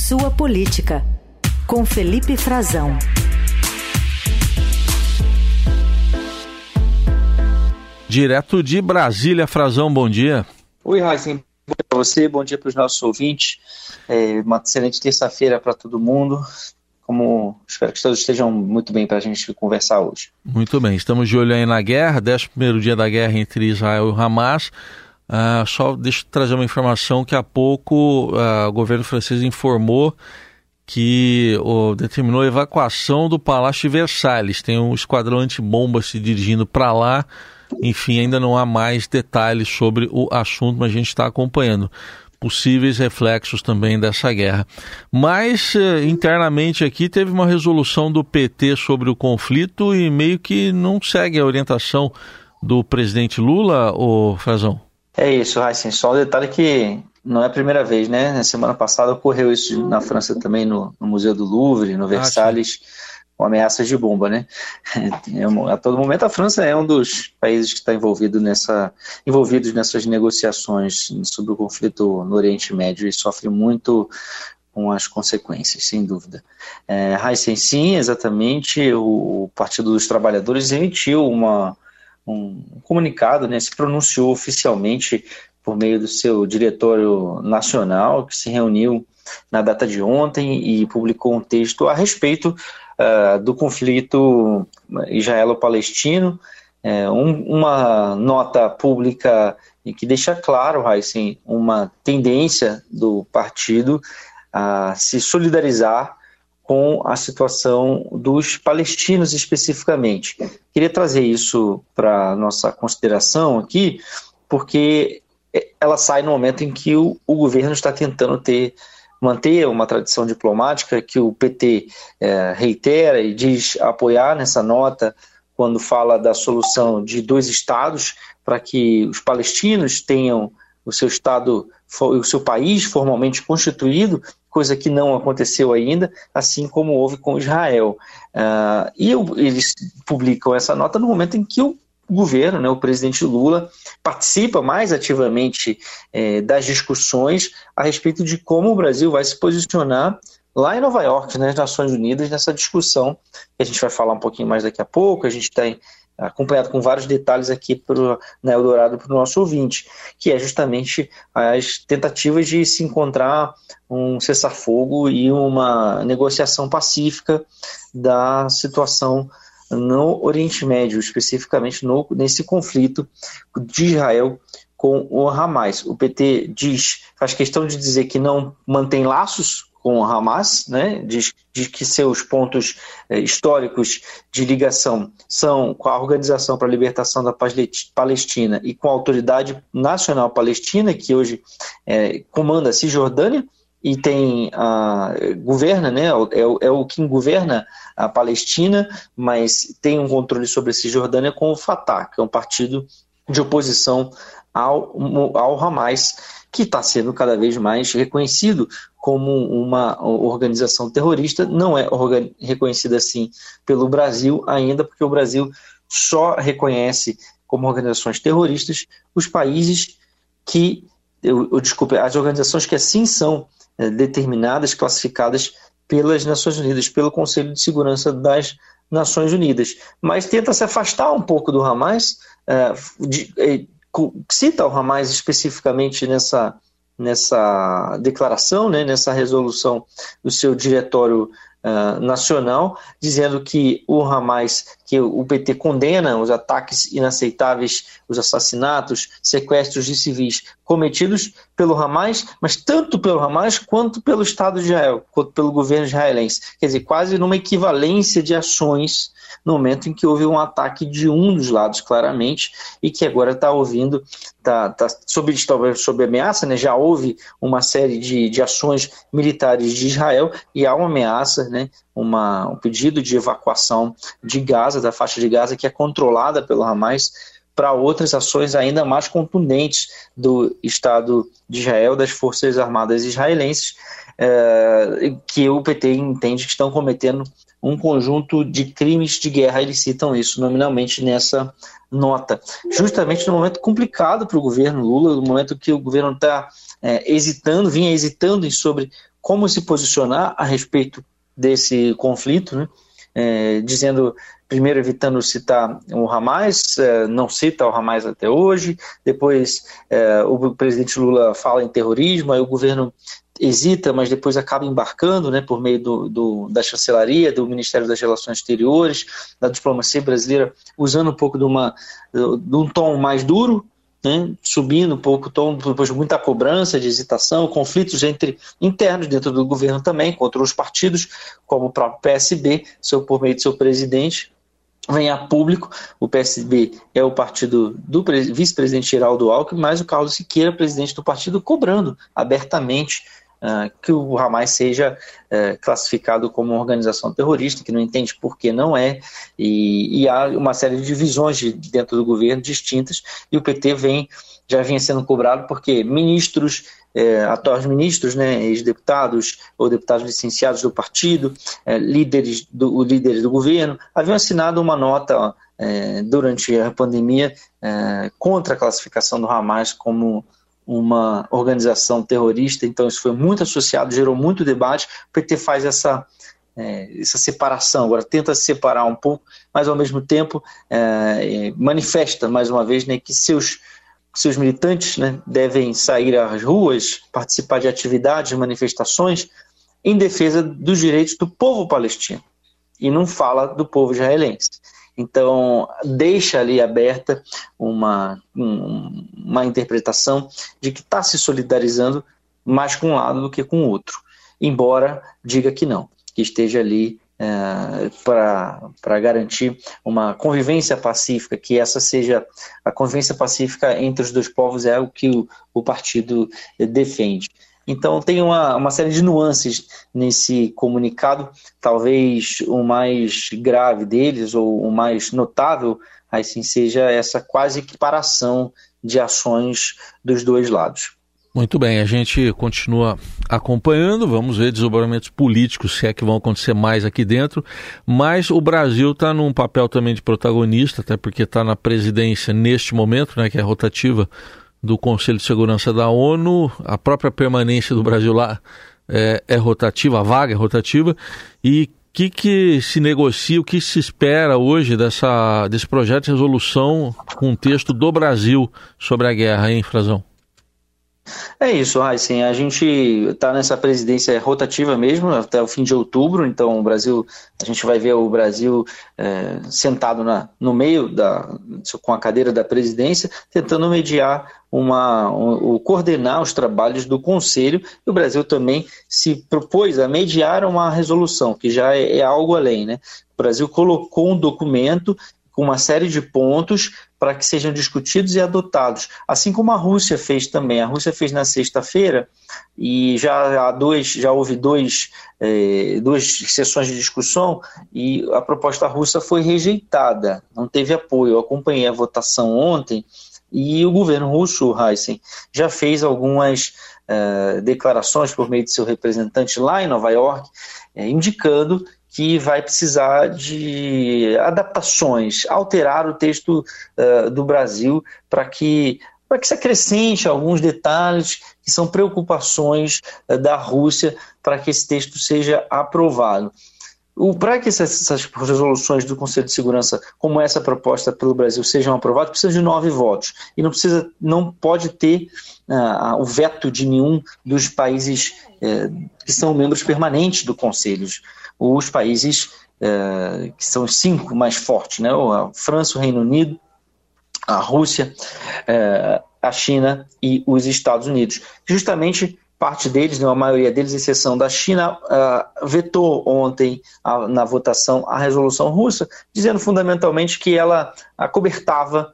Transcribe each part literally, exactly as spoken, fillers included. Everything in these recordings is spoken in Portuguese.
Sua Política, com Felipe Frazão. Direto de Brasília, Frazão, bom dia. Oi, Raíssa, bom dia para você, bom dia para os nossos ouvintes. É uma excelente terça-feira para todo mundo. Como espero que todos estejam muito bem para a gente conversar hoje. Muito bem, estamos de olho aí na guerra, décimo primeiro dia da guerra entre Israel e o Hamas. Uh, só deixa eu trazer uma informação que há pouco uh, o governo francês informou que oh, determinou a evacuação do Palácio de Versalhes. Tem um esquadrão antibomba se dirigindo para lá. Enfim, ainda não há mais detalhes sobre o assunto, mas a gente está acompanhando possíveis reflexos também dessa guerra. Mas, eh, internamente aqui, teve uma resolução do P T sobre o conflito e meio que não segue a orientação do presidente Lula, ô Frazão? É isso, Raíssa. Só um detalhe que não é a primeira vez, né? Na semana passada ocorreu isso na França também, no, no Museu do Louvre, no Versalhes, ah, com ameaças de bomba, né? É, a todo momento a França é um dos países que está envolvido nessa, envolvidos nessas negociações sobre o conflito no Oriente Médio e sofre muito com as consequências, sem dúvida. É, Raíssa, sim, exatamente, o Partido dos Trabalhadores emitiu uma um comunicado, né, se pronunciou oficialmente por meio do seu diretório nacional, que se reuniu na data de ontem e publicou um texto a respeito uh, do conflito israelo-palestino, é, um, uma nota pública que deixa claro, assim, uma tendência do partido a se solidarizar com a situação dos palestinos especificamente. Queria trazer isso para a nossa consideração aqui, porque ela sai no momento em que o, o governo está tentando ter, manter uma tradição diplomática que o P T é, reitera e diz apoiar nessa nota quando fala da solução de dois estados para que os palestinos tenham o seu estado, o seu país formalmente constituído, coisa que não aconteceu ainda, assim como houve com Israel. Uh, e eu, eles publicam essa nota no momento em que o governo, né, o presidente Lula, participa mais ativamente eh, das discussões a respeito de como o Brasil vai se posicionar lá em Nova York, nas Nações Unidas, nessa discussão, que a gente vai falar um pouquinho mais daqui a pouco. A gente tem acompanhado com vários detalhes aqui pro, na Eldorado para o nosso ouvinte, que é justamente as tentativas de se encontrar um cessar-fogo e uma negociação pacífica da situação no Oriente Médio, especificamente no, nesse conflito de Israel com o Hamas. O P T diz, faz questão de dizer que não mantém laços com o Hamas, né? diz, diz que seus pontos eh, históricos de ligação são com a Organização para a Libertação da Palestina e com a Autoridade Nacional Palestina, que hoje eh, comanda a Cisjordânia e tem a, governa, né? é, é o que governa a Palestina, mas tem um controle sobre a Cisjordânia com o Fatah, que é um partido de oposição ao, ao Hamas, que está sendo cada vez mais reconhecido como uma organização terrorista. Não é reconhecida assim pelo Brasil ainda, porque o Brasil só reconhece como organizações terroristas os países que, eu, eu, desculpe, as organizações que assim são é, determinadas, classificadas pelas Nações Unidas, pelo Conselho de Segurança das Nações Unidas. Mas tenta se afastar um pouco do Hamas, é, de, é, cita o Hamas especificamente nessa, nessa declaração, né, nessa resolução do seu diretório uh, nacional, dizendo que o Hamas, que o P T condena os ataques inaceitáveis, os assassinatos, sequestros de civis cometidos pelo Hamas, mas tanto pelo Hamas quanto pelo Estado de Israel, quanto pelo governo israelense. Quer dizer, quase numa equivalência de ações no momento em que houve um ataque de um dos lados, claramente, e que agora está ouvindo, está tá sob, sob ameaça, né? Já houve uma série de, de ações militares de Israel e há uma ameaça, né? uma, um pedido de evacuação de Gaza, da faixa de Gaza, que é controlada pelo Hamas, para outras ações ainda mais contundentes do Estado de Israel, das Forças Armadas israelenses, é, que o P T entende que estão cometendo um conjunto de crimes de guerra. Eles citam isso nominalmente nessa nota, justamente no momento complicado para o governo Lula, no momento que o governo está é, hesitando, vinha hesitando sobre como se posicionar a respeito desse conflito, né? É, dizendo, primeiro evitando citar o Hamas, é, não cita o Hamas até hoje, depois é, o presidente Lula fala em terrorismo, aí o governo hesita, mas depois acaba embarcando, né, por meio do, do, da chancelaria, do Ministério das Relações Exteriores, da diplomacia brasileira, usando um pouco de, uma, de um tom mais duro, né, subindo um pouco o tom, depois de muita cobrança, de hesitação, conflitos entre internos dentro do governo também, contra os partidos, como o próprio P S B, seu, por meio de seu presidente, vem a público. O P S B é o partido do vice-presidente Geraldo Alckmin, mas o Carlos Siqueira, presidente do partido, cobrando abertamente uh, que o Hamas seja uh, classificado como uma organização terrorista, que não entende por que não é, e, e há uma série de divisões de, dentro do governo distintas, e o P T vem, já vinha sendo cobrado porque ministros, É, atuais ministros, né, ex-deputados ou deputados licenciados do partido, é, líderes, do, líderes do governo, haviam assinado uma nota é, durante a pandemia é, contra a classificação do Hamas como uma organização terrorista. Então isso foi muito associado, gerou muito debate. O P T faz essa, é, essa separação, agora tenta se separar um pouco, mas ao mesmo tempo é, manifesta mais uma vez, né, que seus seus militantes, né, devem sair às ruas, participar de atividades, manifestações em defesa dos direitos do povo palestino, e não fala do povo israelense. Então, deixa ali aberta uma, um, uma interpretação de que está se solidarizando mais com um lado do que com o outro, embora diga que não, que esteja ali É, para garantir uma convivência pacífica, que essa seja a convivência pacífica entre os dois povos, é o que o, o partido defende. Então tem uma, uma série de nuances nesse comunicado, talvez o mais grave deles, ou o mais notável, assim, seja essa quase equiparação de ações dos dois lados. Muito bem, a gente continua acompanhando, vamos ver desdobramentos políticos, se é que vão acontecer mais aqui dentro, mas o Brasil está num papel também de protagonista, até porque está na presidência neste momento, né, que é rotativa do Conselho de Segurança da ONU, a própria permanência do Brasil lá é, é rotativa, a vaga é rotativa, e o que, que se negocia, o que se espera hoje dessa, desse projeto de resolução com o texto do Brasil sobre a guerra, hein, Frazão? É isso, Raíssen, a gente está nessa presidência rotativa mesmo, até o fim de outubro, então o Brasil, a gente vai ver o Brasil é, sentado na, no meio, da, com a cadeira da presidência, tentando mediar, uma, um, coordenar os trabalhos do Conselho, e o Brasil também se propôs a mediar uma resolução, que já é, é algo além, né? O Brasil colocou um documento com uma série de pontos para que sejam discutidos e adotados, assim como a Rússia fez também. A Rússia fez na sexta-feira, e já há dois, já houve dois, eh, duas sessões de discussão, e a proposta russa foi rejeitada, não teve apoio. Eu acompanhei a votação ontem, e o governo russo, Heisen, já fez algumas eh, declarações por meio de seu representante lá em Nova York, eh, indicando que vai precisar de adaptações, alterar o texto uh, do Brasil para que, para que se acrescente alguns detalhes que são preocupações uh, da Rússia para que esse texto seja aprovado. Para que essas, essas resoluções do Conselho de Segurança, como essa proposta pelo Brasil, sejam aprovadas, precisa de nove votos. E não, precisa, não pode ter uh, o veto de nenhum dos países uh, que são membros permanentes do Conselho. Os países uh, que são os cinco mais fortes, né? A França, o Reino Unido, a Rússia, uh, a China e os Estados Unidos. Justamente parte deles, né, a maioria deles, exceção da China, uh, vetou ontem a, na votação a resolução russa, dizendo fundamentalmente que ela acobertava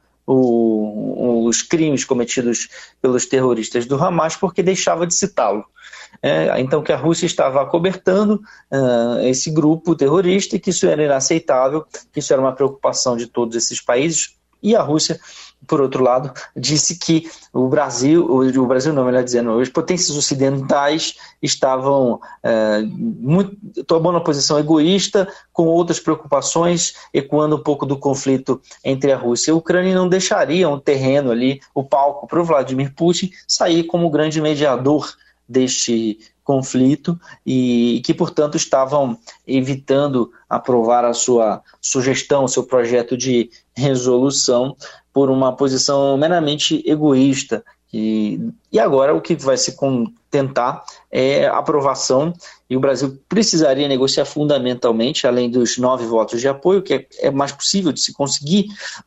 o, os crimes cometidos pelos terroristas do Hamas porque deixava de citá-lo. É, então que a Rússia estava acobertando uh, esse grupo terrorista e que isso era inaceitável, que isso era uma preocupação de todos esses países, e a Rússia por outro lado, disse que o Brasil, o Brasil não, melhor dizendo, as potências ocidentais estavam é, muito, tomando uma posição egoísta, com outras preocupações, ecoando um pouco do conflito entre a Rússia e a Ucrânia, e não deixariam o terreno ali, o palco para o Vladimir Putin sair como grande mediador deste conflito e que, portanto, estavam evitando aprovar a sua sugestão, seu projeto de resolução por uma posição meramente egoísta. E, e agora o que vai se tentar é a aprovação, e o Brasil precisaria negociar fundamentalmente, além dos nove votos de apoio, que é, é mais possível de se conseguir,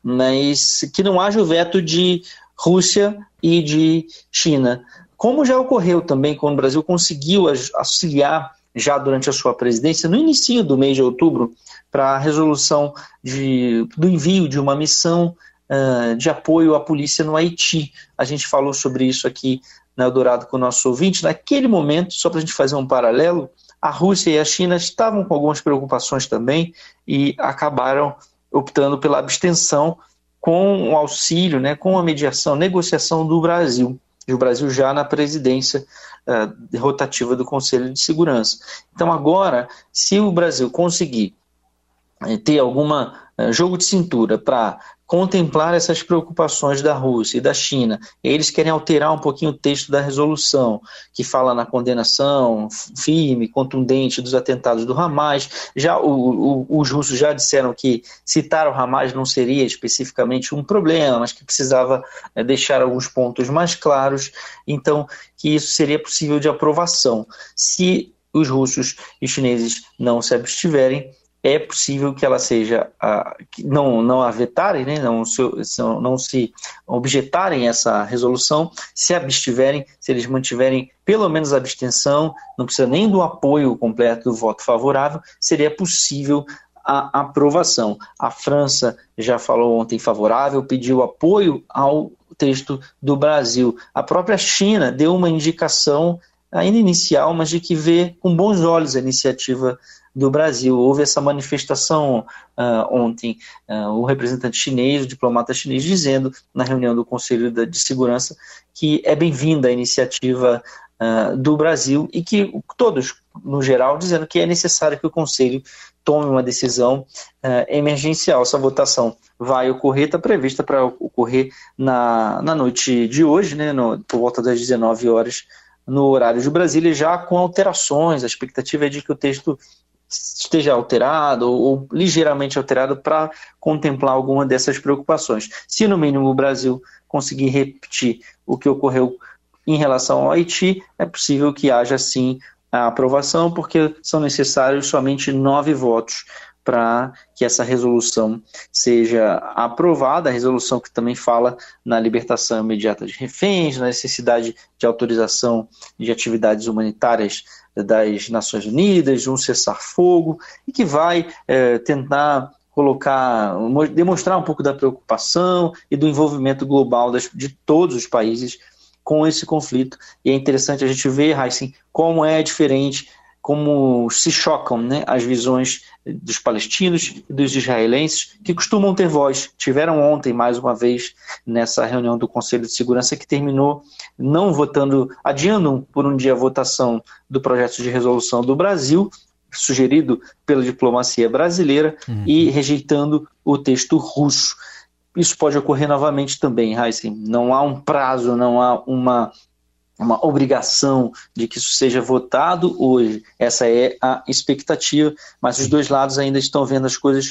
mas que não haja o veto de Rússia e de China. Como já ocorreu também quando o Brasil conseguiu auxiliar, já durante a sua presidência, no início do mês de outubro, para a resolução de, do envio de uma missão uh, de apoio à polícia no Haiti. A gente falou sobre isso aqui na Eldorado com o nosso ouvinte. Naquele momento, só para a gente fazer um paralelo, a Rússia e a China estavam com algumas preocupações também e acabaram optando pela abstenção com o auxílio, né, com a mediação, negociação do Brasil. E o Brasil já na presidência uh, rotativa do Conselho de Segurança. Então agora, se o Brasil conseguir uh, ter algum uh, jogo de cintura para contemplar essas preocupações da Rússia e da China, eles querem alterar um pouquinho o texto da resolução, que fala na condenação firme, contundente dos atentados do Hamas. Já o, o, os russos já disseram que citar o Hamas não seria especificamente um problema, mas que precisava é, deixar alguns pontos mais claros, então que isso seria possível de aprovação. Se os russos e os chineses não se abstiverem, é possível que ela seja, uh, não, não a vetarem, né, não, se, não se objetarem essa resolução, se abstiverem, se eles mantiverem pelo menos a abstenção, não precisa nem do apoio completo do voto favorável, seria possível a aprovação. A França já falou ontem favorável, pediu apoio ao texto do Brasil. A própria China deu uma indicação ainda inicial, mas de que vê com bons olhos a iniciativa do Brasil. Houve essa manifestação uh, ontem, uh, o representante chinês, o diplomata chinês, dizendo na reunião do Conselho de Segurança que é bem-vinda a iniciativa uh, do Brasil e que todos, no geral, dizendo que é necessário que o Conselho tome uma decisão uh, emergencial. Essa votação vai ocorrer, está prevista para ocorrer na, na noite de hoje, né, no, por volta das dezenove horas, no horário de Brasília, já com alterações. A expectativa é de que o texto esteja alterado ou, ou ligeiramente alterado para contemplar alguma dessas preocupações. Se no mínimo o Brasil conseguir repetir o que ocorreu em relação ao Haiti, é possível que haja sim a aprovação, porque são necessários somente nove votos para que essa resolução seja aprovada, a resolução que também fala na libertação imediata de reféns, na necessidade de autorização de atividades humanitárias das Nações Unidas, de um cessar-fogo, e que vai é, tentar colocar, demonstrar um pouco da preocupação e do envolvimento global das, de todos os países com esse conflito. E é interessante a gente ver, Heisen, como é diferente, como se chocam, né, as visões dos palestinos e dos israelenses, que costumam ter voz. Tiveram ontem, mais uma vez, nessa reunião do Conselho de Segurança, que terminou não votando, adiando por um dia a votação do projeto de resolução do Brasil, sugerido pela diplomacia brasileira, uhum. e rejeitando o texto russo. Isso pode ocorrer novamente também, Heisen. Não há um prazo, não há uma... uma obrigação de que isso seja votado hoje. Essa é a expectativa, mas os dois lados ainda estão vendo as coisas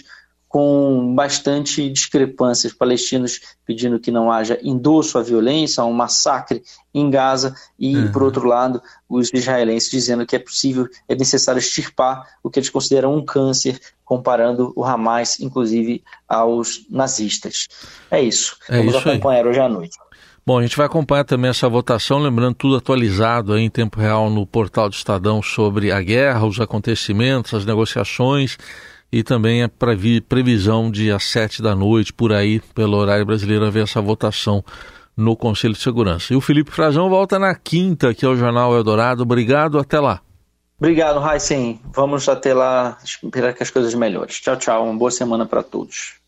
com bastante discrepâncias. Palestinos pedindo que não haja endosso à violência, a um massacre em Gaza, e, uhum. por outro lado, os israelenses dizendo que é possível, é necessário extirpar o que eles consideram um câncer, comparando o Hamas, inclusive, aos nazistas. É isso. É Vamos isso acompanhar aí. Hoje à noite. Bom, a gente vai acompanhar também essa votação, lembrando tudo atualizado aí em tempo real no portal do Estadão sobre a guerra, os acontecimentos, as negociações e também a previsão de às sete da noite, por aí, pelo horário brasileiro, haver essa votação no Conselho de Segurança. E o Felipe Frazão volta na quinta, aqui ao Jornal Eldorado. Obrigado, até lá. Obrigado, Heisen. Vamos até lá esperar que as coisas melhorem. Tchau, tchau. Uma boa semana para todos.